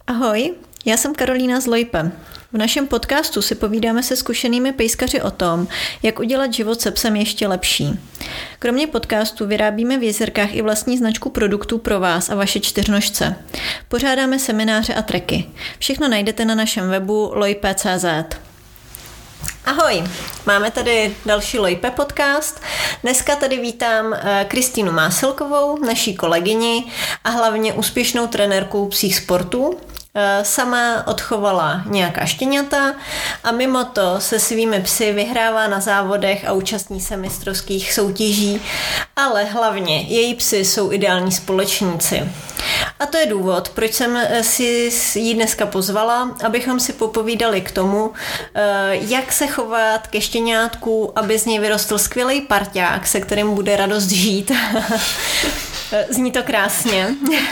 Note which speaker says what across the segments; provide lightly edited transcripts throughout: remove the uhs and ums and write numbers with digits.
Speaker 1: Ahoj, já jsem Karolína z Lojpe. V našem podcastu si povídáme se zkušenými pejskaři o tom, jak udělat život se psem ještě lepší. Kromě podcastu vyrábíme v Jezerkách i vlastní značku produktů pro vás a vaše čtyřnožce. Pořádáme semináře a treky. Všechno najdete na našem webu lojpe.cz. Ahoj, máme tady další Lojpe podcast. Dneska tady vítám Kristýnu Másilkovou, naší kolegyni a hlavně úspěšnou trenérku psích sportů. Sama odchovala nějaká štěňata a mimo to se svými psy vyhrává na závodech a účastní se mistrovských soutěží, ale hlavně její psy jsou ideální společníci. A to je důvod, proč jsem si ji dneska pozvala, abychom si popovídali k tomu, jak se chovat ke štěňátku, aby z něj vyrostl skvělý parťák, se kterým bude radost žít. Zní to krásně.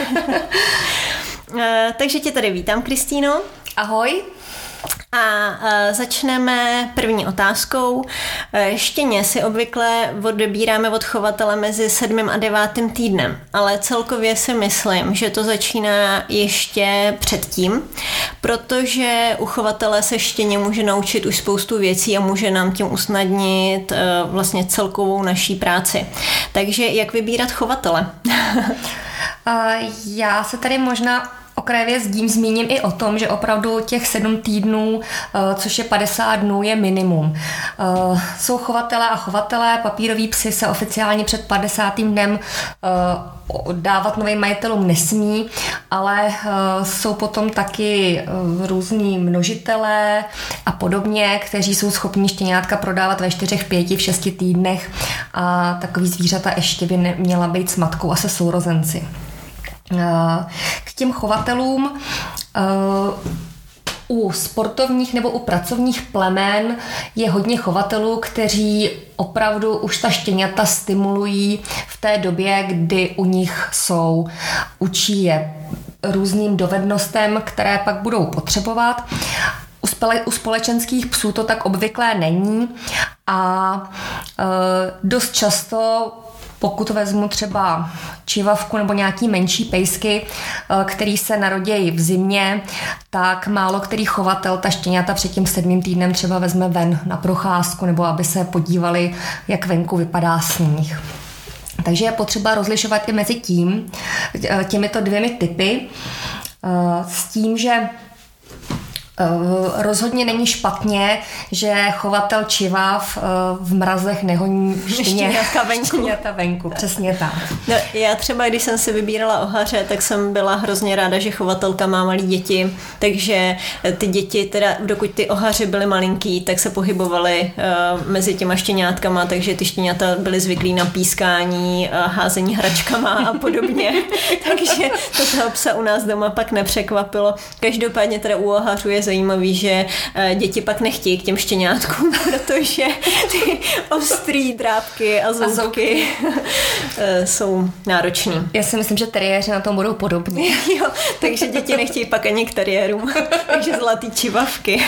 Speaker 1: Takže tě tady vítám, Kristýno.
Speaker 2: Ahoj.
Speaker 1: A začneme první otázkou. Štěně si obvykle odebíráme od chovatele mezi 7. a 9. týdnem, ale celkově si myslím, že to začíná ještě předtím, protože u chovatele se štěně může naučit už spoustu věcí a může nám tím usnadnit vlastně celkovou naší práci. Takže jak vybírat chovatele?
Speaker 2: Já se tady možná okrajově zmíním i o tom, že opravdu těch 7 týdnů, což je 50 dnů, je minimum. Jsou chovatelé a chovatelé, papíroví psy se oficiálně před 50. dnem dávat novým majitelům nesmí, ale jsou potom taky různí množitelé a podobně, kteří jsou schopni štěňátka prodávat ve 4, 5, 6 týdnech a takový zvířata ještě by neměla být s matkou a se sourozenci. K těm chovatelům u sportovních nebo u pracovních plemen je hodně chovatelů, kteří opravdu už ta štěňata stimulují v té době, kdy u nich jsou. Učí je různým dovednostem, které pak budou potřebovat. U společenských psů to tak obvyklé není a dost často, pokud vezmu třeba čivavku nebo nějaký menší pejsky, který se narodí v zimě, tak málo který chovatel ta štěňata před tím 7. týdnem třeba vezme ven na procházku nebo aby se podívali, jak venku vypadá sníh. Takže je potřeba rozlišovat i mezi těmito 2 typy s tím, že rozhodně není špatně, že chovatel čivav v mrazech nehoní štěňata venku. Přesně tak.
Speaker 1: No, já třeba, když jsem si vybírala ohaře, tak jsem byla hrozně ráda, že chovatelka má malé děti, takže ty děti, teda dokud ty ohaři byly malinký, tak se pohybovaly mezi těma štěňátkama, takže ty štěňata byly zvyklí na pískání, házení hračkama a podobně. Takže to toho psa u nás doma pak nepřekvapilo. Každopádně teda u ohařů je zajímavý, že děti pak nechtějí k těm štěňátkům, protože ty ostrý drápky a zoubky jsou náročný.
Speaker 2: Já si myslím, že teriéři na tom budou podobně.
Speaker 1: Jo, takže děti nechtějí pak ani k teriérům, takže zlatý čivavky.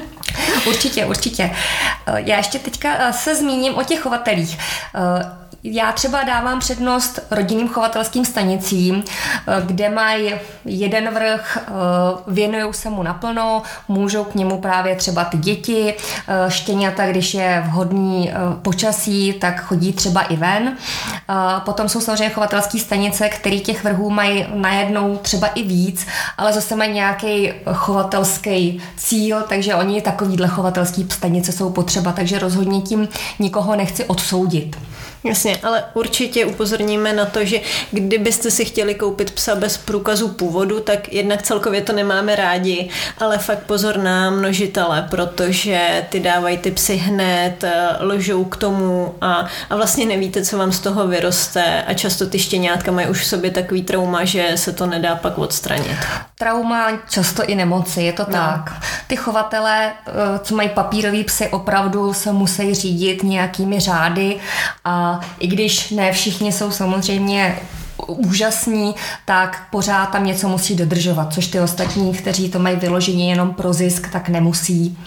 Speaker 2: Určitě. Já ještě teďka se zmíním o těch chovatelích. Já třeba dávám přednost rodinným chovatelským stanicím, kde mají jeden vrch, věnujou se mu naplno, můžou k němu právě třeba ty děti, štěňata, když je vhodný počasí, tak chodí třeba i ven. Potom jsou samozřejmě chovatelské stanice, které těch vrhů mají najednou třeba i víc, ale zase mají nějaký chovatelský cíl, takže oni takovýhle chovatelské stanice jsou potřeba, takže rozhodně tím nikoho nechci odsoudit.
Speaker 1: Jasně, ale určitě upozorníme na to, že kdybyste si chtěli koupit psa bez průkazu původu, tak jednak celkově to nemáme rádi, ale fakt pozor na množitele, protože ty dávají ty psy hned, lžou k tomu a vlastně nevíte, co vám z toho vyroste a často ty štěňátka mají už v sobě takový trauma, že se to nedá pak odstranit.
Speaker 2: Trauma, často i nemoci, je to tak. Ty chovatelé, co mají papírový psy, opravdu se musí řídit nějakými řády a i když ne všichni jsou samozřejmě úžasní, tak pořád tam něco musí dodržovat, což ty ostatní, kteří to mají vyloženě jenom pro zisk, tak nemusí.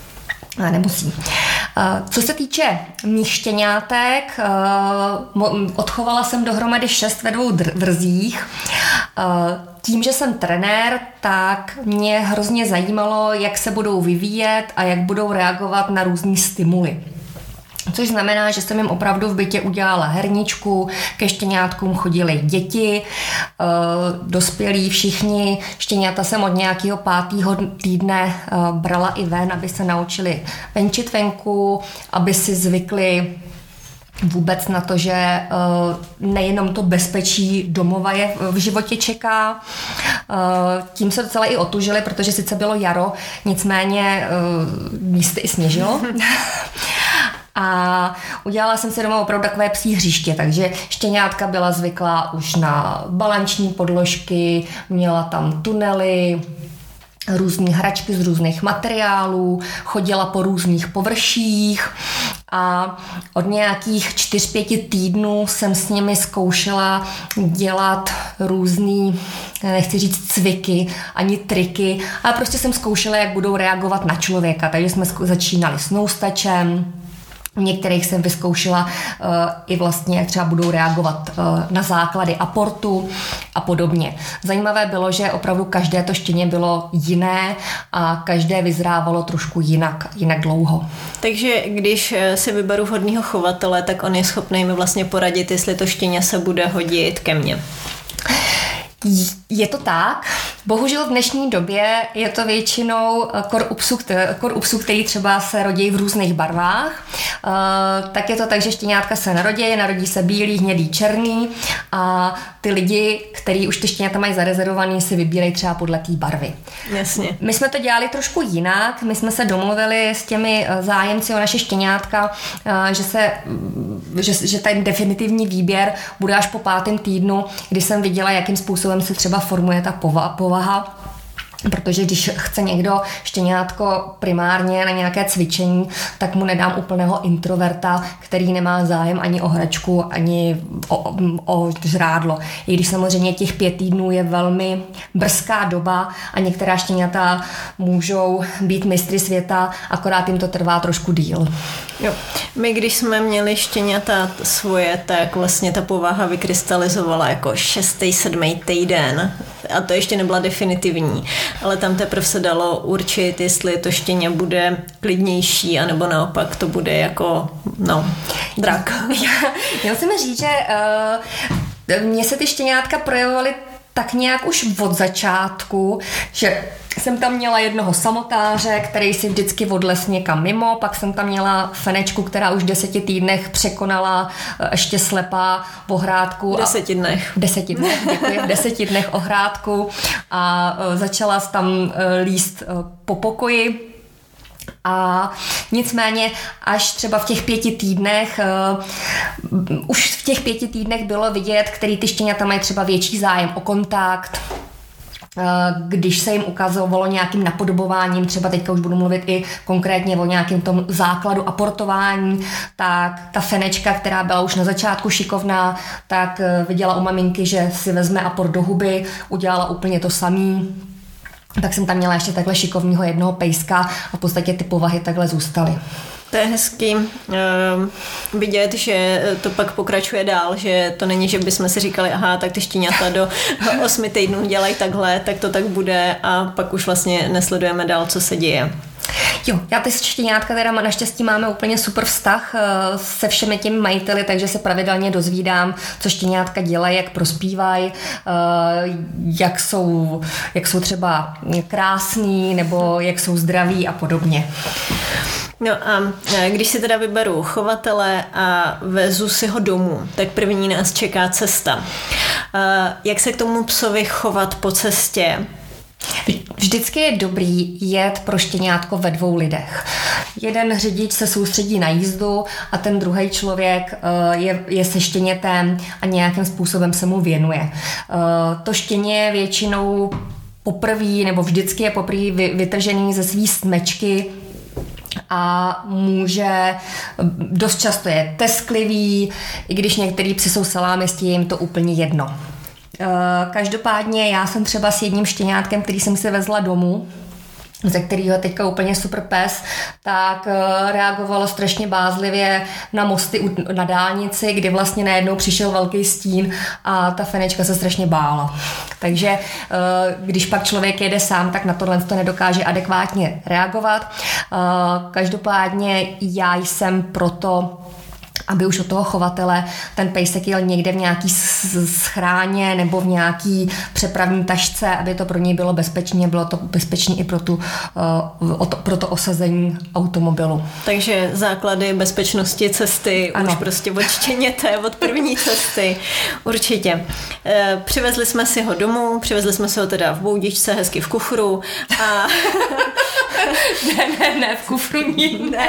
Speaker 2: Co se týče mých štěňátek, odchovala jsem dohromady 6 ve 2 vrzích. Tím, že jsem trenér, tak mě hrozně zajímalo, jak se budou vyvíjet a jak budou reagovat na různý stimuly. Což znamená, že jsem jim opravdu v bytě udělala herničku, ke štěňátkům chodily děti, dospělí všichni. Štěňata jsem od nějakého 5. týdne brala i ven, aby se naučili venčit venku, aby si zvykli vůbec na to, že nejenom to bezpečí domova je v životě čeká. Tím se docela i otužili, protože sice bylo jaro, nicméně místy i sněžilo. A udělala jsem si doma opravdu takové psí hřiště, takže štěňátka byla zvyklá už na balanční podložky, měla tam tunely, různé hračky z různých materiálů, chodila po různých površích a od nějakých 4-5 týdnů jsem s nimi zkoušela dělat různý, nechci říct cviky, ani triky, ale prostě jsem zkoušela, jak budou reagovat na člověka, takže jsme začínali s noustačem. U některých jsem vyzkoušela i vlastně, jak třeba budou reagovat na základy aportu a podobně. Zajímavé bylo, že opravdu každé to štěně bylo jiné a každé vyzrávalo trošku jinak dlouho.
Speaker 1: Takže když si vyberu vhodného chovatele, tak on je schopný mi vlastně poradit, jestli to štěně se bude hodit ke mně.
Speaker 2: Je to tak. Bohužel v dnešní době je to většinou kor u psů, který třeba se rodí v různých barvách. Tak je to tak, že štěňátka se narodí se bílý, hnědý, černý a ty lidi, kteří už ty štěňata mají zarezervovaný, si vybírají třeba podle té barvy.
Speaker 1: Jasně.
Speaker 2: My jsme to dělali trošku jinak. My jsme se domluvili s těmi zájemci o naše štěňátka, že ten definitivní výběr bude až po 5. týdnu, kdy jsem viděla, jakým způsobem se třeba formuje ta povaha. Protože když chce někdo štěňátko primárně na nějaké cvičení, tak mu nedám úplného introverta, který nemá zájem ani o hračku, ani o žrádlo. I když samozřejmě těch 5 týdnů je velmi brzká doba a některá štěňata můžou být mistry světa, akorát jim to trvá trošku díl.
Speaker 1: Jo. My, když jsme měli štěňata svoje, tak vlastně ta povaha vykrystalizovala jako 6., 7. týden. A to ještě nebyla definitivní. Ale tam teprve se dalo určit, jestli to štěně bude klidnější, anebo naopak to bude jako, drak.
Speaker 2: Já musím říct, že mně se ty štěňátka projevovaly tak nějak už od začátku, že jsem tam měla jednoho samotáře, který si vždycky odles někam mimo, pak jsem tam měla fenečku, která už v 10 týdnech překonala ještě slepá ohrádku.
Speaker 1: V 10 dnech.
Speaker 2: V 10 dnech ohrádku a začala tam líst po pokoji. A nicméně až třeba v těch 5 týdnech, už v těch 5 týdnech bylo vidět, který ty štěňata mají třeba větší zájem o kontakt, když se jim ukazovalo nějakým napodobováním, třeba teďka už budu mluvit i konkrétně o nějakém tom základu aportování, tak ta fenečka, která byla už na začátku šikovná, tak viděla u maminky, že si vezme aport do huby, udělala úplně to samý. Tak jsem tam měla ještě takhle šikovného jednoho pejska a v podstatě ty povahy takhle zůstaly.
Speaker 1: To je hezký vidět, že to pak pokračuje dál, že to není, že bychom si říkali, aha, tak ty štěňata do 8 týdnů dělají takhle, tak to tak bude a pak už vlastně nesledujeme dál, co se děje.
Speaker 2: Jo, já ty štěňátka teda naštěstí máme úplně super vztah se všemi těmi majiteli, takže se pravidelně dozvídám, co štěňátka dělají, jak prospívají, jak jsou třeba krásný nebo jak jsou zdraví a podobně.
Speaker 1: No a když si teda vyberu chovatele a vezu si ho domů, tak první nás čeká cesta. Jak se k tomu psovi chovat po cestě?
Speaker 2: Vždycky je dobrý jet pro štěňátko ve 2 lidech. Jeden řidič se soustředí na jízdu a ten druhý člověk je se štěnětem a nějakým způsobem se mu věnuje. To štěně je většinou poprvé nebo vždycky je poprvé vytržený ze svý smečky a dost často je tesklivý, i když některý psi jsou salámisti, je jim to úplně jedno. Každopádně já jsem třeba s jedním štěňátkem, který jsem si vezla domů, ze kterého teďka úplně super pes, tak reagovalo strašně bázlivě na mosty na dálnici, kdy vlastně najednou přišel velký stín a ta Fenečka se strašně bála. Takže když pak člověk jede sám, tak na tohle to nedokáže adekvátně reagovat. Každopádně já jsem proto, aby už od toho chovatele ten pejsek jel někde v nějaký schráně nebo v nějaký přepravní tašce, aby to pro něj bylo bezpečné, bylo to bezpečné i pro to osazení automobilu.
Speaker 1: Takže základy bezpečnosti cesty už prostě od štěněte, od první cesty. Určitě. Přivezli jsme si ho domů, přivezli jsme si ho teda v boudičce, hezky v kufru a...
Speaker 2: ne, v kufru ne.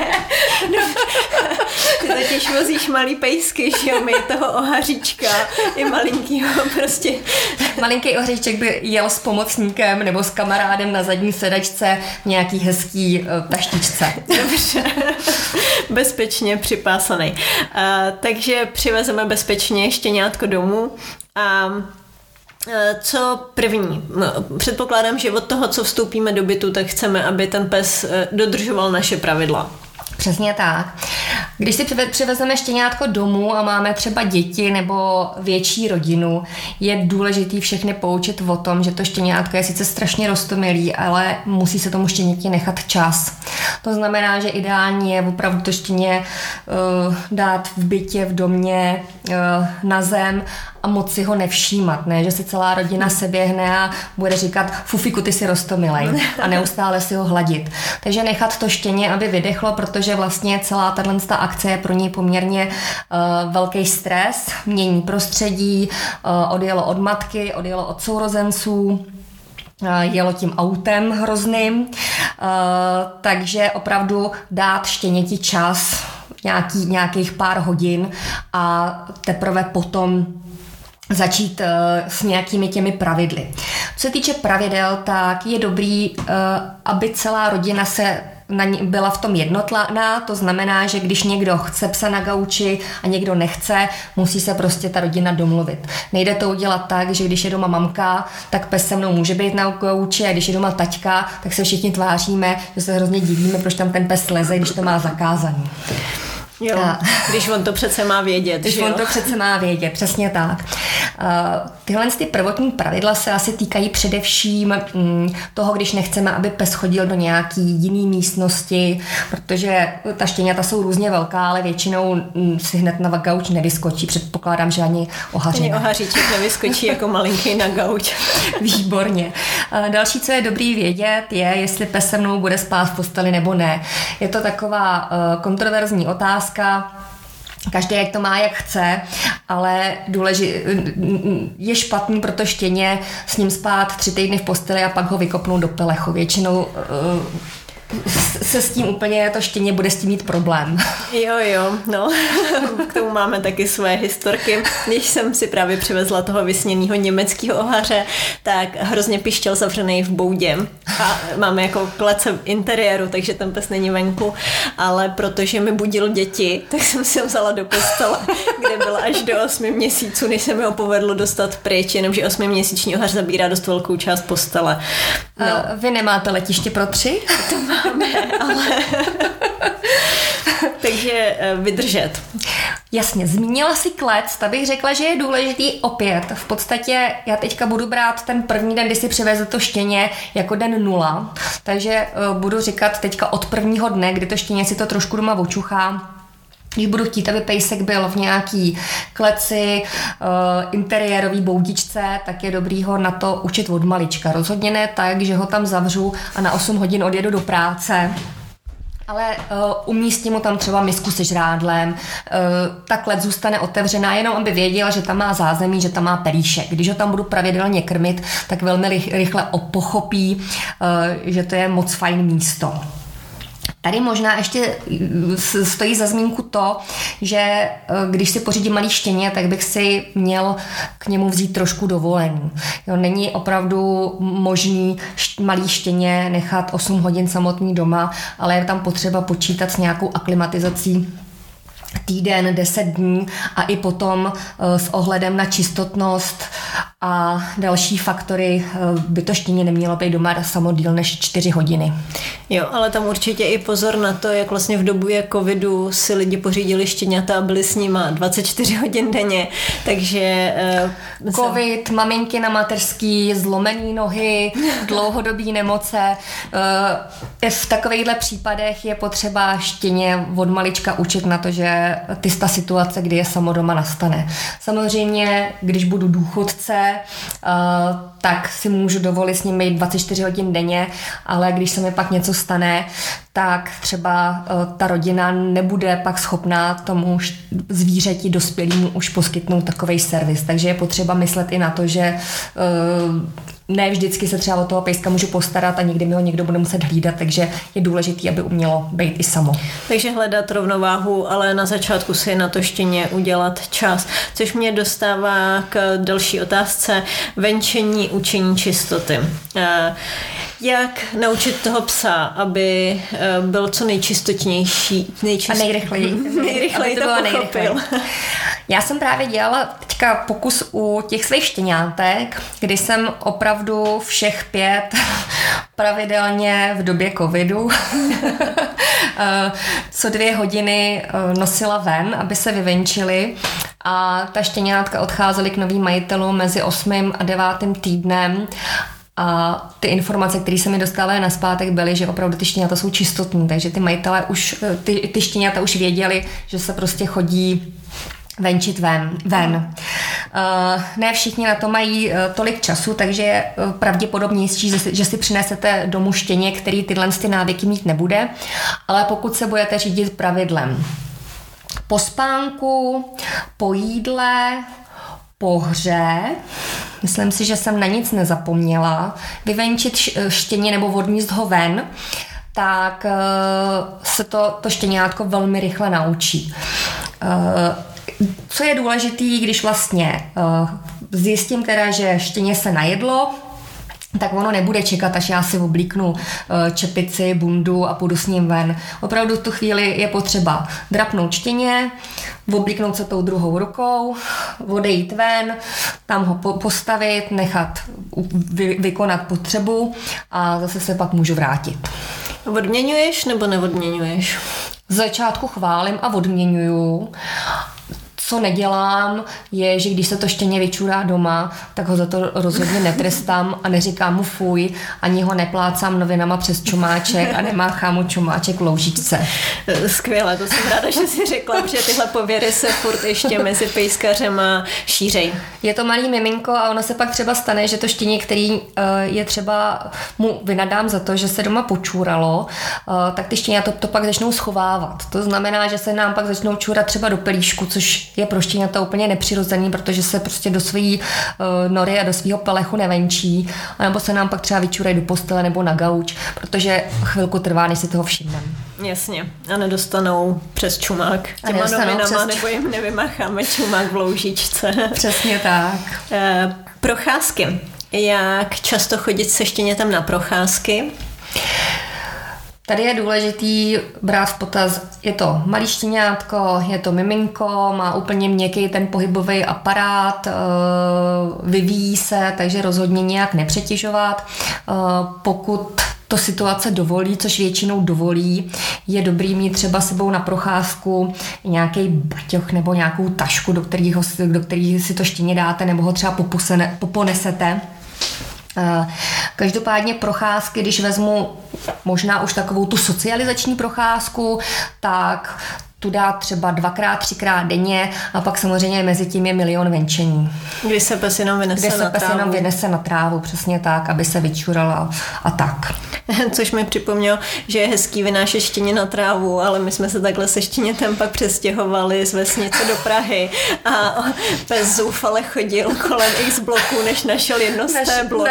Speaker 1: Ty totiž vozíš malý pejsky, že jo, my toho ohaříčka i malinkýho prostě.
Speaker 2: Malinký ohaříček by jel s pomocníkem nebo s kamarádem na zadní sedačce v nějaký hezký taštičce.
Speaker 1: Dobře. Bezpečně připásaný. Takže přivezeme bezpečně štěňátko domů a co první? Předpokládám, že od toho, co vstoupíme do bytu, tak chceme, aby ten pes dodržoval naše pravidla.
Speaker 2: Přesně tak. Když si přivezeme štěňátko domů a máme třeba děti nebo větší rodinu, je důležitý všechny poučit o tom, že to štěňátko je sice strašně roztomilý, ale musí se tomu štěněti nechat čas. To znamená, že ideální je opravdu to štěně dát v bytě, v domě, na zem a moc si ho nevšímat, ne? Že si celá rodina seběhne a bude říkat fufiku, ty si roztomilej a neustále si ho hladit. Takže nechat to štěně, aby vydechlo, protože vlastně celá tato akce je pro něj poměrně velký stres, mění prostředí, odjelo od matky, odjelo od sourozenců, jelo tím autem hrozným, takže opravdu dát štěněti čas, nějakých pár hodin a teprve potom začít s nějakými těmi pravidly. Co se týče pravidel, tak je dobrý, aby celá rodina byla v tom jednotná, to znamená, že když někdo chce psa na gauči a někdo nechce, musí se prostě ta rodina domluvit. Nejde to udělat tak, že když je doma mamka, tak pes se mnou může být na gauči a když je doma taťka, tak se všichni tváříme, že se hrozně divíme, proč tam ten pes leze, když to má zakázaný.
Speaker 1: Jo, když on to přece má vědět.
Speaker 2: Když on to přece má vědět, přesně tak. Tyhle ty prvotní pravidla se asi týkají především toho, když nechceme, aby pes chodil do nějaký jiný místnosti, protože ta štěňata jsou různě velká, ale většinou si hned na gauč nevyskočí. Předpokládám, že ani ohaři.
Speaker 1: Ani ohaříček nevyskočí jako malinký na gauč.
Speaker 2: Výborně. Další, co je dobrý vědět, je, jestli pes se mnou bude spát v posteli nebo ne. Je to taková kontroverzní otázka. Každý jak to má, jak chce, ale je špatný pro to štěně s ním spát 3 týdny v posteli a pak ho vykopnout do pelechu. Většinou se s tím úplně to štěně bude s tím mít problém.
Speaker 1: Jo, no, k tomu máme taky své historky. Když jsem si právě přivezla toho vysněného německého ohaře, tak hrozně pištěl zavřený v boudě. A máme jako klece v interiéru, takže ten pes není venku, ale protože mi budil děti, tak jsem si ho vzala do postele, kde byla až do 8 měsíců, než se mi ho povedlo dostat pryč, jenomže 8měsíční ohař zabírá dost velkou část postele.
Speaker 2: No. Vy nemáte letiště pro 3?
Speaker 1: To máme, ale... Takže vydržet.
Speaker 2: Jasně, zmínila si klec, tak bych řekla, že je důležitý opět. V podstatě já teďka budu brát ten první den, kdy si přivezl to štěně jako den 0, takže budu říkat teďka od prvního dne, kdy to štěně si to trošku doma očuchá. Když budu chtít, aby pejsek byl v nějaký kleci, interiérový boudičce, tak je dobrý ho na to učit od malička. Rozhodně ne tak, že ho tam zavřu a na 8 hodin odjedu do práce. Ale umístím mu tam třeba misku se žrádlem, ta klec zůstane otevřená, jenom aby věděl, že tam má zázemí, že tam má pelíšek. Když ho tam budu pravidelně krmit, tak velmi rychle pochopí, že to je moc fajn místo. Tady možná ještě stojí za zmínku to, že když si pořídím malý štěně, tak bych si měl k němu vzít trošku dovolený. Jo, není opravdu možný malý štěně nechat 8 hodin samotný doma, ale je tam potřeba počítat s nějakou aklimatizací týden, 10 dní a i potom s ohledem na čistotnost a další faktory by to štěně nemělo být doma samo díl než 4 hodiny.
Speaker 1: Jo, ale tam určitě i pozor na to, jak vlastně v době covidu si lidi pořídili štěňata a byli s nima 24 hodin denně, takže...
Speaker 2: Covid, maminky na mateřský, zlomený nohy, dlouhodobý nemoce. V takovýchhle případech je potřeba štěně od malička učit na to, že ta situace, kdy je samo doma, nastane. Samozřejmě, když budu důchodce, tak si můžu dovolit s ním být 24 hodin denně, ale když se mi pak něco stane, tak třeba ta rodina nebude pak schopná tomu zvířeti dospělému už poskytnout takovej servis. Takže je potřeba myslet i na to, že ne vždycky se třeba o toho pejska můžu postarat a někdy mi ho někdo bude muset hlídat, takže je důležitý, aby umělo být i samo.
Speaker 1: Takže hledat rovnováhu, ale na začátku si na to štěně udělat čas. Což mě dostává k další otázce. Venčení, učení čistoty. Jak naučit toho psa, aby byl co nejčistotnější,
Speaker 2: a nejrychleji
Speaker 1: to pochopil?
Speaker 2: Já jsem právě dělala teďka pokus u těch svých štěňátek, kdy jsem opravdu všech 5 pravidelně v době covidu co 2 hodiny nosila ven, aby se vyvenčili, a ta štěňátka odcházely k novým majitelům mezi 8. a 9. týdnem. A ty informace, které se mi dostávaly nazpátek, byly, že opravdu ty štěňata jsou čistotní, takže ty majitelé už, ty štěňata už věděli, že se prostě chodí venčit ven. Ne všichni na to mají tolik času, takže je pravděpodobnější, že si přinesete domů štěně, který tyhle návyky mít nebude, ale pokud se budete řídit pravidlem po spánku, po jídle, po hře, myslím si, že jsem na nic nezapomněla, vyvenčit štěně nebo odníst ho ven, tak se to štěňátko velmi rychle naučí. Co je důležitý, když vlastně zjistím teda, že štěně se najedlo, tak ono nebude čekat, až já si oblíknu čepici, bundu a půjdu s ním ven. Opravdu v tu chvíli je potřeba drapnout štěně, oblíknout se tou druhou rukou, odejít ven, tam ho postavit, nechat vykonat potřebu a zase se pak můžu vrátit.
Speaker 1: Odměňuješ nebo neodměňuješ?
Speaker 2: Z začátku chválím a odměňuju. Co nedělám, je, že když se to štěně vyčurá doma, tak ho za to rozhodně netrestám a neříkám mu fuj, ani ho neplácám novinama přes čumáček a nemáchám mu čumáček v loužičce.
Speaker 1: Skvěle, to jsem ráda, že jsi řekla, protože tyhle pověry se furt ještě mezi pejskařema šířej.
Speaker 2: Je to malý miminko a ono se pak třeba stane, že to štěně, který je třeba mu vynadám za to, že se doma počůralo, tak ty štěně to pak začnou schovávat. To znamená, že se nám pak začnou čůrat třeba do pelíšku, což je pro štěňata úplně nepřirozený, protože se prostě do své nory a do svého pelechu nevenčí, anebo se nám pak třeba vyčurají do postele nebo na gauč, protože chvilku trvá, než si toho všimneme.
Speaker 1: Jasně. A nedostanou přes čumák těma novinama, nebo jim nevymácháme čumák v loužičce.
Speaker 2: Přesně tak.
Speaker 1: Procházky. Jak často chodit se štěnětem na procházky?
Speaker 2: Tady je důležitý brát v potaz, je to malý štěňátko, je to miminko, má úplně měkký ten pohybový aparát, vyvíjí se, takže rozhodně nějak nepřetěžovat. Pokud to situace dovolí, což většinou dovolí, je dobrý mít třeba sebou na procházku nějaký baťoch nebo nějakou tašku, do který si to štěně dáte, nebo ho třeba poponesete. Každopádně procházky, když vezmu možná už takovou tu socializační procházku, tak tu dát třeba 2x, 3x denně a pak samozřejmě mezi tím je milion venčení.
Speaker 1: Kdy se pes jenom vynese
Speaker 2: na trávu, přesně tak, aby se vyčural a tak.
Speaker 1: Což mi připomnělo, že je hezký vynášet štěně na trávu, ale my jsme se takhle se štěnětem pak přestěhovali z vesnice do Prahy a pes zoufale chodil kolem x bloků, než našel jedno stéblo.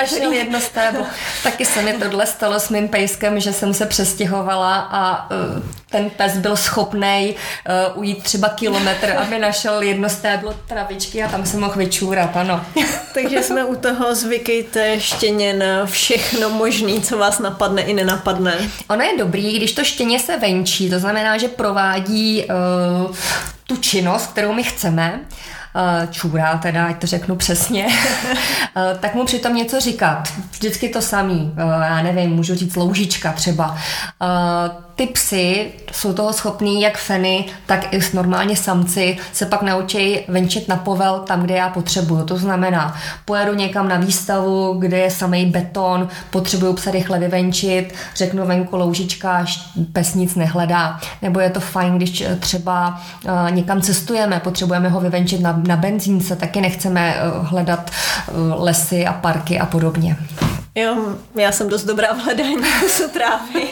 Speaker 2: Taky se mi tohle stalo s mým pejskem, že jsem se přestěhovala a ten pes byl schopnej ujít třeba kilometr, aby našel jedno stéblo travičky a tam se mohl vyčůrat, ano.
Speaker 1: Takže jsme u toho, zvykejte štěně na všechno možný, co vás napadne i nenapadne.
Speaker 2: Ono je dobrý, když to štěně se venčí, to znamená, že provádí tu činnost, kterou my chceme, čůra, teda, ať to řeknu přesně, tak mu přitom něco říkat. Vždycky to samý, já nevím, můžu říct loužička třeba. Ty psy jsou toho schopný, jak feny, tak i normálně samci se pak naučí venčit na povel tam, kde já potřebuju. To znamená, pojedu někam na výstavu, kde je samej beton, potřebuju psa rychle vyvenčit, řeknu venku loužička, pes nic nehledá. Nebo je to fajn, když třeba někam cestujeme, potřebujeme ho vyvenčit na benzínce, taky nechceme hledat lesy a parky a podobně.
Speaker 1: Jo, já jsem dost dobrá v hledání kusu trávy.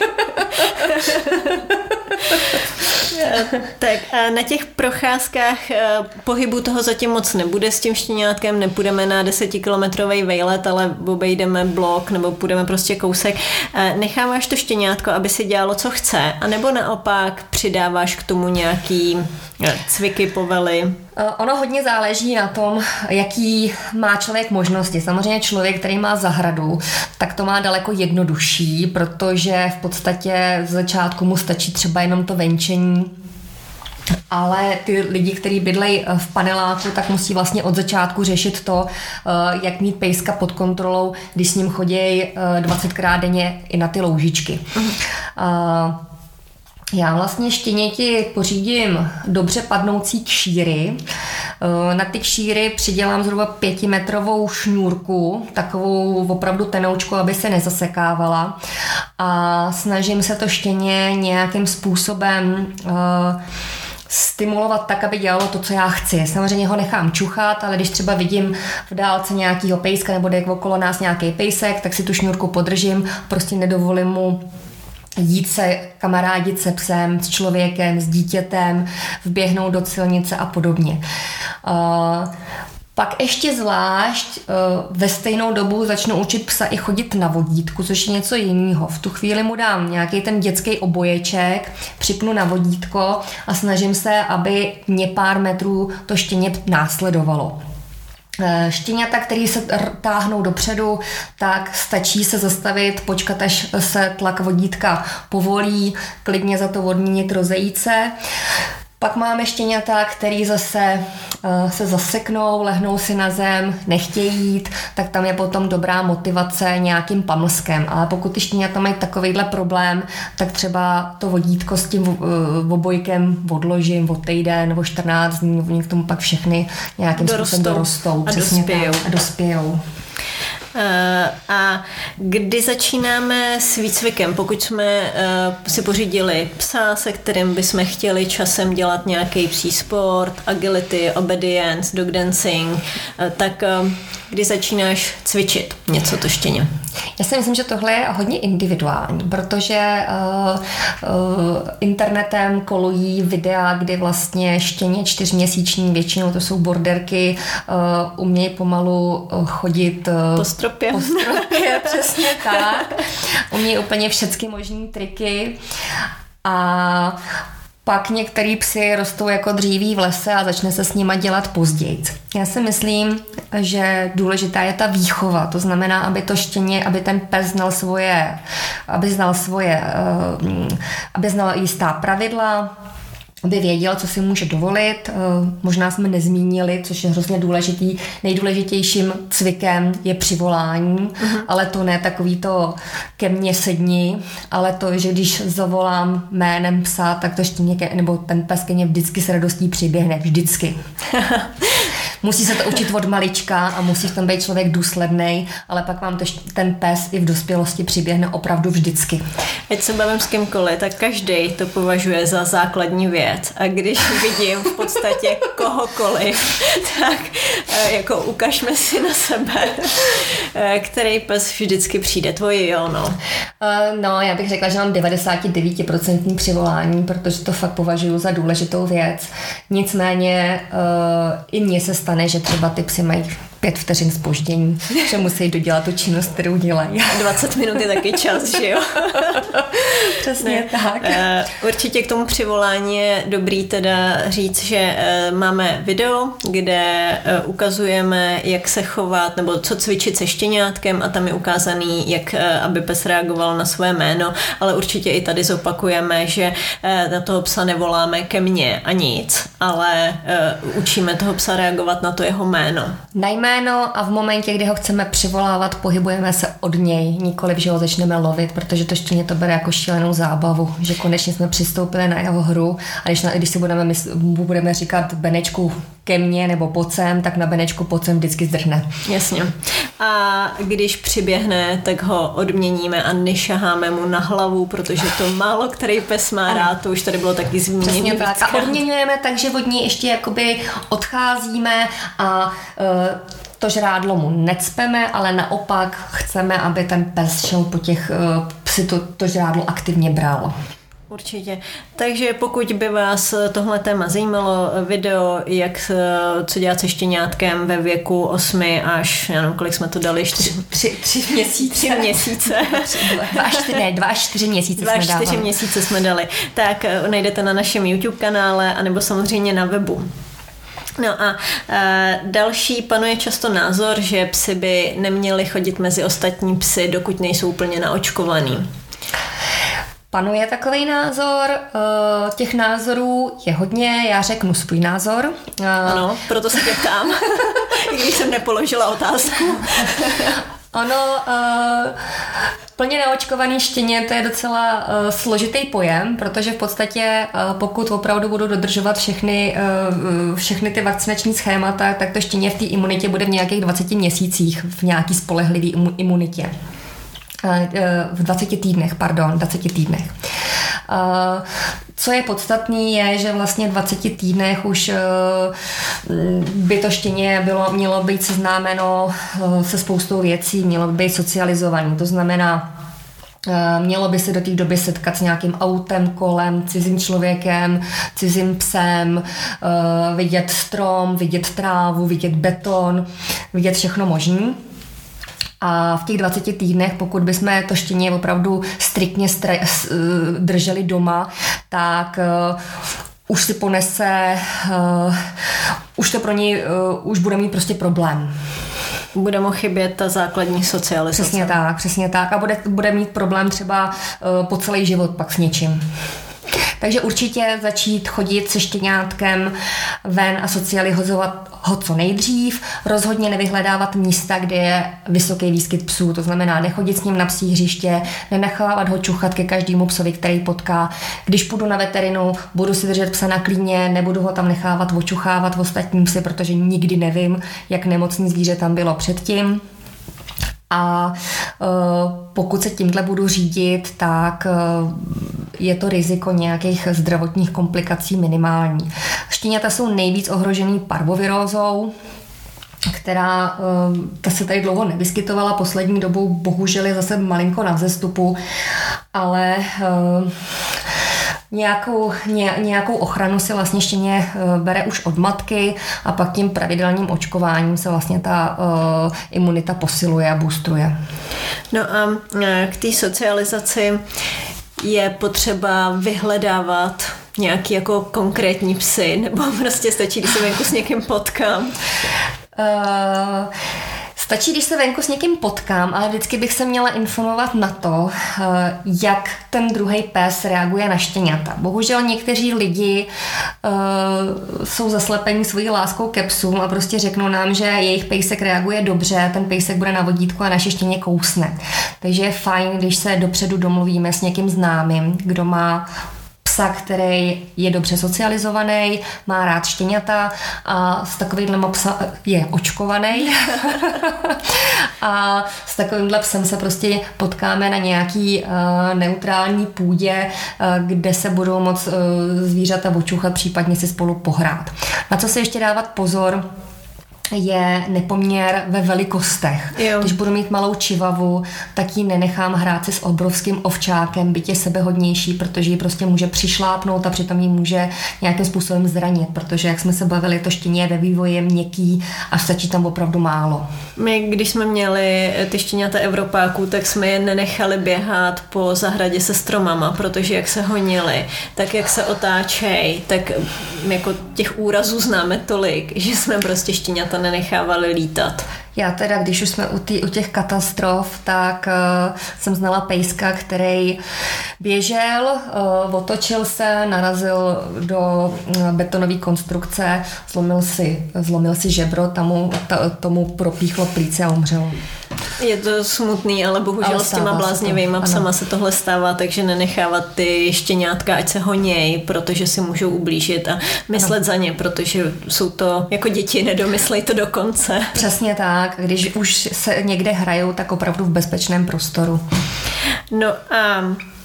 Speaker 1: Tak a na těch procházkách pohybu toho zatím moc nebude s tím štěňátkem, nepůjdeme na 10kilometrový vejlet, ale obejdeme blok nebo půjdeme prostě kousek. Necháváš to štěňátko, aby si dělalo, co chce, anebo naopak přidáváš k tomu nějaký cviky, povely?
Speaker 2: Ono hodně záleží na tom, jaký má člověk možnosti. Samozřejmě člověk, který má zahradu, tak to má daleko jednodušší, protože v podstatě z začátku mu stačí třeba jenom to venčení, ale ty lidi, kteří bydlejí v paneláku, tak musí vlastně od začátku řešit to, jak mít pejska pod kontrolou, když s ním chodí 20krát denně i na ty loužičky. Já vlastně štěněti pořídím dobře padnoucí kšíry. Na ty kšíry přidělám zhruba 5metrovou šňůrku, takovou opravdu tenoučku, aby se nezasekávala. A snažím se to štěně nějakým způsobem stimulovat tak, aby dělalo to, co já chci. Samozřejmě ho nechám čuchat, ale když třeba vidím v dálce nějakýho pejska nebo jde okolo nás nějaký pejsek, tak si tu šňůrku podržím, prostě nedovolím mu jít se, kamarádit se psem, s člověkem, s dítětem, vběhnout do silnice a podobně. Pak ještě zvlášť ve stejnou dobu začnu učit psa i chodit na vodítku, což je něco jiného. V tu chvíli mu dám nějaký ten dětský oboječek, připnu na vodítko a snažím se, aby mě pár metrů to štěně následovalo. Štěňata, který se táhnou dopředu, tak stačí se zastavit, počkat, až se tlak vodítka povolí, klidně za to odmínit, rozejít se. Pak máme štěňata, který zase se zaseknou, lehnou si na zem, nechtějí jít, tak tam je potom dobrá motivace nějakým pamlskem. Ale pokud ty štěňata mají takovýhle problém, tak třeba to vodítko s tím obojkem odložím o týden, o 14 dní, oni k tomu pak všechny nějakým způsobem dorostou.
Speaker 1: A dospějou. A kdy začínáme s výcvikem? Pokud jsme si pořídili psa, se kterým bychom chtěli časem dělat nějaký psí sport, agility, obedience, dog dancing, tak kdy začínáš cvičit něco to štěně?
Speaker 2: Já si myslím, že tohle je hodně individuální, protože internetem kolují videa, kdy vlastně štěně 4měsíční, většinou to jsou borderky, umějí pomalu chodit
Speaker 1: po stropě,
Speaker 2: přesně tak. Umějí úplně všechny možný triky a pak některý psy rostou jako dříví v lese a začne se s nima dělat později. Já si myslím, že důležitá je ta výchova, to znamená, aby to štěně, aby ten pes aby znal jistá pravidla, aby věděl, co si může dovolit. Možná jsme nezmínili, což je hrozně důležitý. Nejdůležitějším cvikem je přivolání, ale to ne takový to ke mně sedni, ale to, že když zavolám jménem psa, tak to štěně, nebo ten pes ke mně vždycky s radostí přiběhne. Vždycky. Musí se to učit od malička a musí v tom být člověk důslednej, ale pak vám ten pes i v dospělosti přiběhne opravdu vždycky.
Speaker 1: Ať se bavím s kýmkoliv, tak každý to považuje za základní věc. A když vidím v podstatě kohokoliv, tak jako ukažme si na sebe, který pes vždycky přijde. Tvoji, jo, no.
Speaker 2: No, já bych řekla, že mám 99% přivolání, protože to fakt považuji za důležitou věc. Nicméně i mně se stane, že třeba ty psy mají 5 vteřin zpoždění, že musí dodělat tu činnost, kterou dělají.
Speaker 1: 20 minut je taky čas, že jo?
Speaker 2: Přesně tak.
Speaker 1: Určitě k tomu přivolání je dobrý teda říct, že máme video, kde ukazujeme, jak se chovat, nebo co cvičit se štěňátkem a tam je ukázaný, jak aby pes reagoval na své jméno, ale určitě i tady zopakujeme, že na toho psa nevoláme ke mně a nic, ale učíme toho psa reagovat na to jeho jméno.
Speaker 2: Na jméno a v momentě, kdy ho chceme přivolávat, pohybujeme se od něj, nikoliv, že ho začneme lovit, protože to štěně to bere jako šílenou zábavu, že konečně jsme přistoupili na jeho hru a když si budeme říkat Benečku ke mně nebo pojď sem, tak na Benečku pojď sem vždycky zdrhne.
Speaker 1: Jasně. A když přiběhne, tak ho odměníme a nešaháme mu na hlavu, protože to málo který pes má rád, to už tady bylo taky zmíněno.
Speaker 2: A odměňujeme tak, že od ní ještě jakoby odcházíme a to žrádlo mu necpeme, ale naopak chceme, aby ten pes šel po těch si to žrádlo aktivně bral.
Speaker 1: Určitě. Takže pokud by vás tohle téma zajímalo, video, co dělat se štěňátkem ve věku 8 až, já nevím, kolik jsme to dali?
Speaker 2: 3 měsíce.
Speaker 1: 3 měsíce.
Speaker 2: 2 až 4 měsíce jsme dávali. 2 až 4
Speaker 1: měsíce jsme dali. Tak najdete na našem YouTube kanále, anebo samozřejmě na webu. No a další panuje často názor, že psy by neměli chodit mezi ostatní psy, dokud nejsou úplně naočkovaný.
Speaker 2: Panuje takový názor, těch názorů je hodně, já řeknu svůj názor.
Speaker 1: Ano, proto se tě ptám, i když jsem nepoložila otázku.
Speaker 2: Plně neočkovaný štěně, to je docela složitý pojem, protože v podstatě pokud opravdu budou dodržovat všechny ty vakcinační schémata, tak to štěně v té imunitě bude v nějakých 20 měsících, v nějaký spolehlivý imunitě. V 20 týdnech. Co je podstatný je, že vlastně v 20 týdnech už by to štěně mělo být seznámeno se spoustou věcí, mělo by být socializovaný. To znamená, mělo by se do té doby setkat s nějakým autem, kolem, cizím člověkem, cizím psem, vidět strom, vidět trávu, vidět beton, vidět všechno možný. A v těch 20 týdnech, pokud bychom to štěně opravdu striktně drželi doma, tak už si ponese, už to pro něj, už bude mít prostě problém.
Speaker 1: Bude mu chybět ta základní socializace.
Speaker 2: Přesně tak. A bude mít problém třeba po celý život pak s něčím. Takže určitě začít chodit se štěňátkem ven a socializovat ho co nejdřív. Rozhodně nevyhledávat místa, kde je vysoký výskyt psů. To znamená nechodit s ním na psí hřiště, nenechávat ho čuchat ke každému psovi, který potká. Když půjdu na veterinu, budu si držet psa na klíně, nebudu ho tam nechávat očuchávat v ostatním psy, protože nikdy nevím, jak nemocný zvíře tam bylo předtím. A pokud se tímhle budu řídit, tak je to riziko nějakých zdravotních komplikací minimální. Štěňata jsou nejvíc ohrožený parvovirózou, která ta se tady dlouho nevyskytovala, poslední dobou bohužel je zase malinko na vzestupu, ale nějakou ochranu si vlastně štěně bere už od matky a pak tím pravidelným očkováním se vlastně ta imunita posiluje a boostruje.
Speaker 1: No a k té socializaci je potřeba vyhledávat nějaký jako konkrétní psy, nebo prostě stačí, když se venku s někým potkám?
Speaker 2: Stačí, když se venku s někým potkám, ale vždycky bych se měla informovat na to, jak ten druhý pes reaguje na štěňata. Bohužel někteří lidi jsou zaslepení svojí láskou ke psům a prostě řeknou nám, že jejich pejsek reaguje dobře, ten pejsek bude na vodítku a naše štěně kousne. Takže je fajn, když se dopředu domluvíme s někým známým, kdo má psa, který je dobře socializovaný, má rád štěňata a s takovýmhle psem je očkovaný. A s takovýmhle psem se prostě potkáme na nějaký neutrální půdě, kde se budou moc zvířata očuchat, případně si spolu pohrát. Na co se ještě dávat pozor, je nepoměr ve velikostech.
Speaker 1: Jo.
Speaker 2: Když budu mít malou čivavu, tak ji nenechám hrát si s obrovským ovčákem, byť je sebehodnější, protože ji prostě může přišlápnout a přitom ji může nějakým způsobem zranit, protože jak jsme se bavili, to štěně je ve vývoji je měkký a stačí tam opravdu málo.
Speaker 1: My, když jsme měli ty štěňata Evropáků, tak jsme je nenechali běhat po zahradě se stromama, protože jak se honili, tak jak se otáčej, tak jako těch úrazů známe tolik, že jsme prostě štěňata nenechávali lítat.
Speaker 2: Já teda, když už jsme u těch katastrof, tak jsem znala pejska, který běžel, otočil se, narazil do betonové konstrukce, zlomil si žebro, tomu propíchlo plíce a umřel.
Speaker 1: Je to smutný, ale bohužel s těma bláznivýma psama se tohle stává, takže nenechávat ty štěňátka, ať se honěj, protože si můžou ublížit a myslet za ně, protože jsou to jako děti, nedomyslej to do konce.
Speaker 2: Přesně tak, když už se někde hrajou, tak opravdu v bezpečném prostoru.
Speaker 1: No a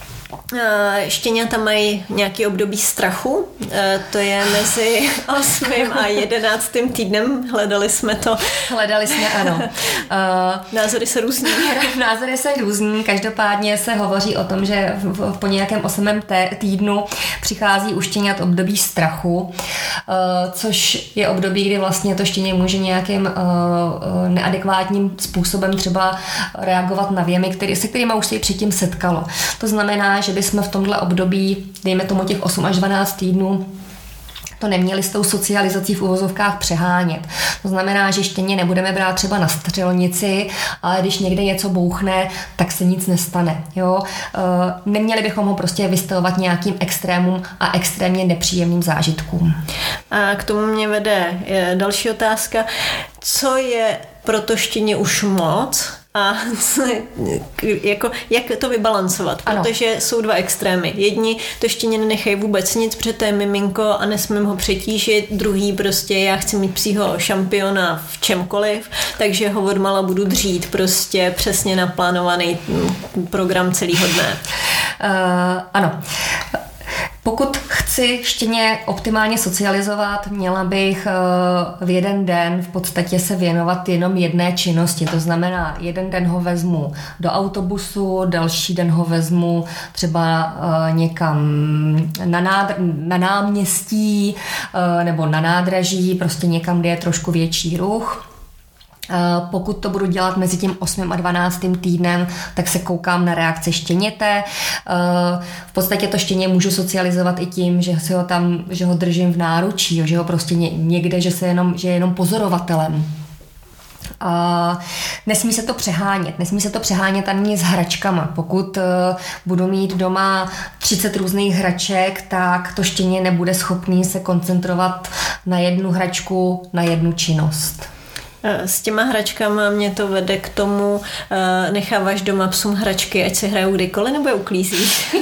Speaker 1: štěňata mají nějaký období strachu, to je mezi 8. a 11. týdnem, hledali jsme, ano. Názory se různí.
Speaker 2: Názory se různí, každopádně se hovoří o tom, že po nějakém 8. týdnu přichází u štěňat období strachu, což je období, kdy vlastně to štěně může nějakým neadekvátním způsobem třeba reagovat na věmy, se kterými už se předtím setkalo. To znamená, že bychom v tomhle období, dejme tomu těch 8 až 12 týdnů, to neměli s tou socializací v uvozovkách přehánět. To znamená, že štěně nebudeme brát třeba na střelnici, ale když někde něco bouchne, tak se nic nestane. Jo? Neměli bychom ho prostě vystavovat nějakým extrémům a extrémně nepříjemným zážitkům.
Speaker 1: A k tomu mě vede další otázka. Co je pro to štěně už moc? A jako, jak to vybalancovat? Protože jsou dva extrémy. Jedni to štěně nenechají vůbec nic, protože to je miminko a nesmím ho přetížit. Druhý prostě já chci mít psího šampiona v čemkoliv, takže ho odmala budu dřít. Prostě přesně naplánovaný program celého dne.
Speaker 2: Ano. Pokud chci štěně optimálně socializovat, měla bych v jeden den v podstatě se věnovat jenom jedné činnosti. To znamená, jeden den ho vezmu do autobusu, další den ho vezmu třeba někam na náměstí nebo na nádraží, prostě někam, kde je trošku větší ruch. Pokud to budu dělat mezi tím 8. a 12. týdnem, tak se koukám na reakce štěněte. V podstatě to štěně můžu socializovat i tím, že ho držím v náručí, že ho prostě někde, že je jenom pozorovatelem. Nesmí se to přehánět ani s hračkama. Pokud budu mít doma 30 různých hraček, tak to štěně nebude schopný se koncentrovat na jednu hračku, na jednu činnost.
Speaker 1: S těma hračkama mě to vede k tomu, necháváš doma psům hračky, ať si hrajou kdykoliv, nebo je uklízíš?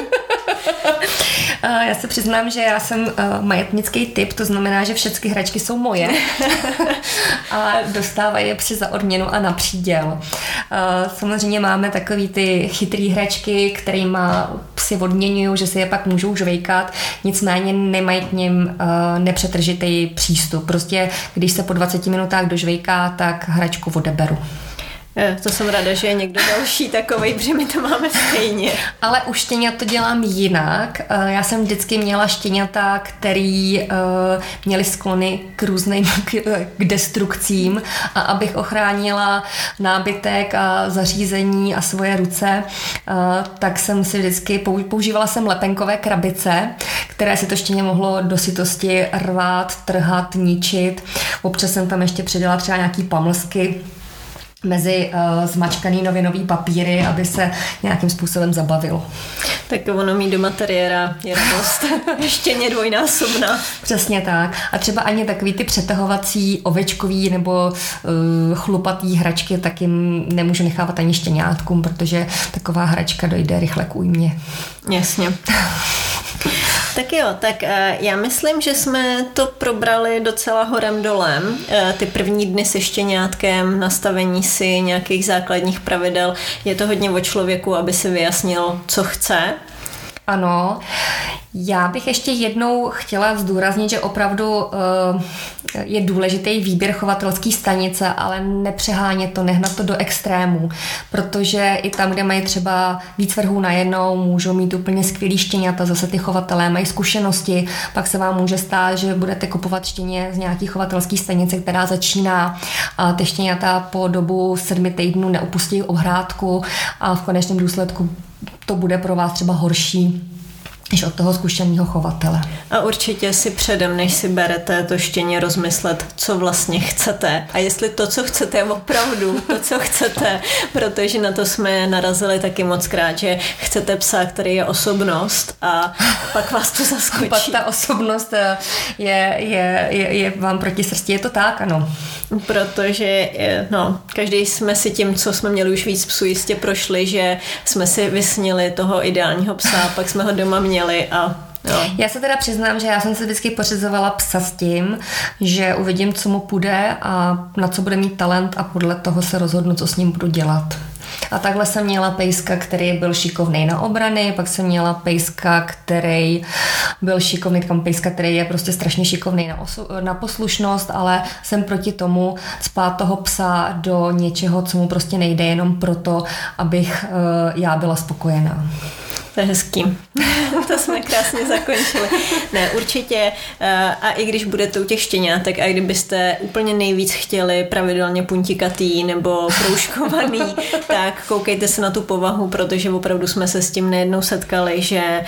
Speaker 2: Já se přiznám, že já jsem majetnický typ, to znamená, že všechny hračky jsou moje a dostávají je psi za odměnu a na příděl. Samozřejmě máme takový ty chytrý hračky, kterýma psi odměňují, že si je pak můžou žvejkat, nicméně nemají k nim nepřetržitý přístup. Prostě když se po 20 minutách dožvejká, tak hračku odeberu.
Speaker 1: To jsem ráda, že je někdo další takovej, protože my to máme stejně.
Speaker 2: Ale u štěňat to dělám jinak. Já jsem vždycky měla štěňata, který měli sklony k různým k destrukcím a abych ochránila nábytek a zařízení a svoje ruce, tak jsem si vždycky používala jsem lepenkové krabice, které si to štěně mohlo do sytosti rvát, trhat, ničit. Občas jsem tam ještě přidala třeba nějaký pamlsky mezi zmačkaný novinový papíry, aby se nějakým způsobem zabavilo.
Speaker 1: Tak ono mít doma teriéra je radost. Štěně dvojnásobná.
Speaker 2: Přesně tak. A třeba ani takový ty přetahovací ovečkový nebo chlupatý hračky tak jim nemůžu nechávat ani štěňátkům, protože taková hračka dojde rychle k újmě.
Speaker 1: Jasně. Tak jo, tak já myslím, že jsme to probrali docela horem dolem. Ty první dny se štěňátkem, nastavení si nějakých základních pravidel. Je to hodně o člověku, aby si vyjasnil, co chce.
Speaker 2: Ano, já bych ještě jednou chtěla zdůraznit, že opravdu je důležitý výběr chovatelské stanice, ale nepřehánět to, nehnat to do extrémů, protože i tam, kde mají třeba víc vrhů najednou, můžou mít úplně skvělý štěňata, zase ty chovatelé mají zkušenosti, pak se vám může stát, že budete kupovat štěně z nějaký chovatelské stanice, která začíná a ty štěňata po dobu 7 týdnů neopustí ohrádku a v konečném důsledku to bude pro vás třeba horší než od toho zkušeného chovatele.
Speaker 1: A určitě si předem, než si berete to štěně, rozmyslet, co vlastně chcete. A jestli to, co chcete, je opravdu to, co chcete, protože na to jsme narazili taky mockrát, že chcete psa, který je osobnost a pak vás to zaskočí.
Speaker 2: Pak ta osobnost je vám proti srsti, je to tak, ano.
Speaker 1: Protože každý jsme si tím, co jsme měli už víc psů, jistě prošli, že jsme si vysnili toho ideálního psa, pak jsme ho doma měli a
Speaker 2: Já se teda přiznám, že já jsem se vždycky pořizovala psa s tím, že uvidím, co mu půjde a na co bude mít talent a podle toho se rozhodnu, co s ním budu dělat. A takhle jsem měla pejska, který byl šikovný na obrany, pak jsem měla pejska, který byl šikovný, pejska, který je prostě strašně šikovný na poslušnost, ale jsem proti tomu cpát toho psa do něčeho, co mu prostě nejde, jenom proto, abych já byla spokojená.
Speaker 1: To je hezký. To jsme krásně zakončili. Ne, určitě. A i když budete u těch štěňátek a kdybyste úplně nejvíc chtěli pravidelně puntikatý nebo proužkovaný, tak koukejte se na tu povahu, protože opravdu jsme se s tím nejednou setkali, že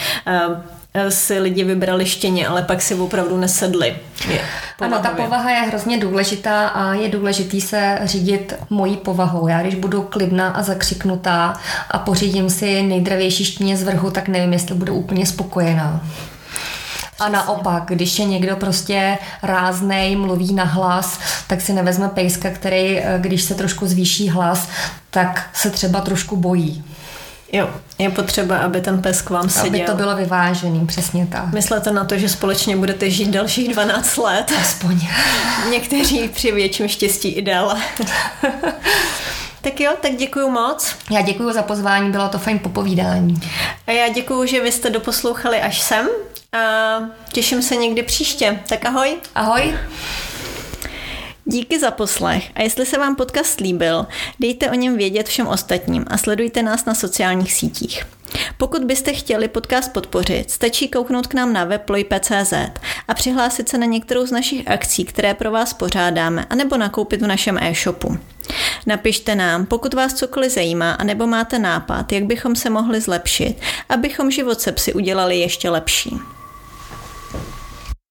Speaker 1: si lidi vybrali štěně, ale pak si opravdu nesedli.
Speaker 2: Ano, ta povaha je hrozně důležitá a je důležitý se řídit mojí povahou. Já když budu klidná a zakřiknutá a pořídím si nejdravější štěně z vrhu, tak nevím, jestli budu úplně spokojená. A naopak, když je někdo prostě ráznej, mluví nahlas, tak si nevezme pejska, který, když se trošku zvýší hlas, tak se třeba trošku bojí.
Speaker 1: Jo, je potřeba, aby ten pes k vám seděl.
Speaker 2: Aby to bylo vyvážený, přesně tak.
Speaker 1: Myslete na to, že společně budete žít dalších 12 let.
Speaker 2: Aspoň.
Speaker 1: Někteří při větším štěstí i déle. Tak jo, tak děkuju moc.
Speaker 2: Já děkuju za pozvání, bylo to fajn popovídání.
Speaker 1: A já děkuju, že vy jste doposlouchali až sem a těším se někdy příště. Tak ahoj.
Speaker 2: Ahoj.
Speaker 1: Díky za poslech a jestli se vám podcast líbil, dejte o něm vědět všem ostatním a sledujte nás na sociálních sítích. Pokud byste chtěli podcast podpořit, stačí kouknout k nám na web lojpe.cz a přihlásit se na některou z našich akcí, které pro vás pořádáme, anebo nakoupit v našem e-shopu. Napište nám, pokud vás cokoliv zajímá, anebo máte nápad, jak bychom se mohli zlepšit, abychom život se psy udělali ještě lepší.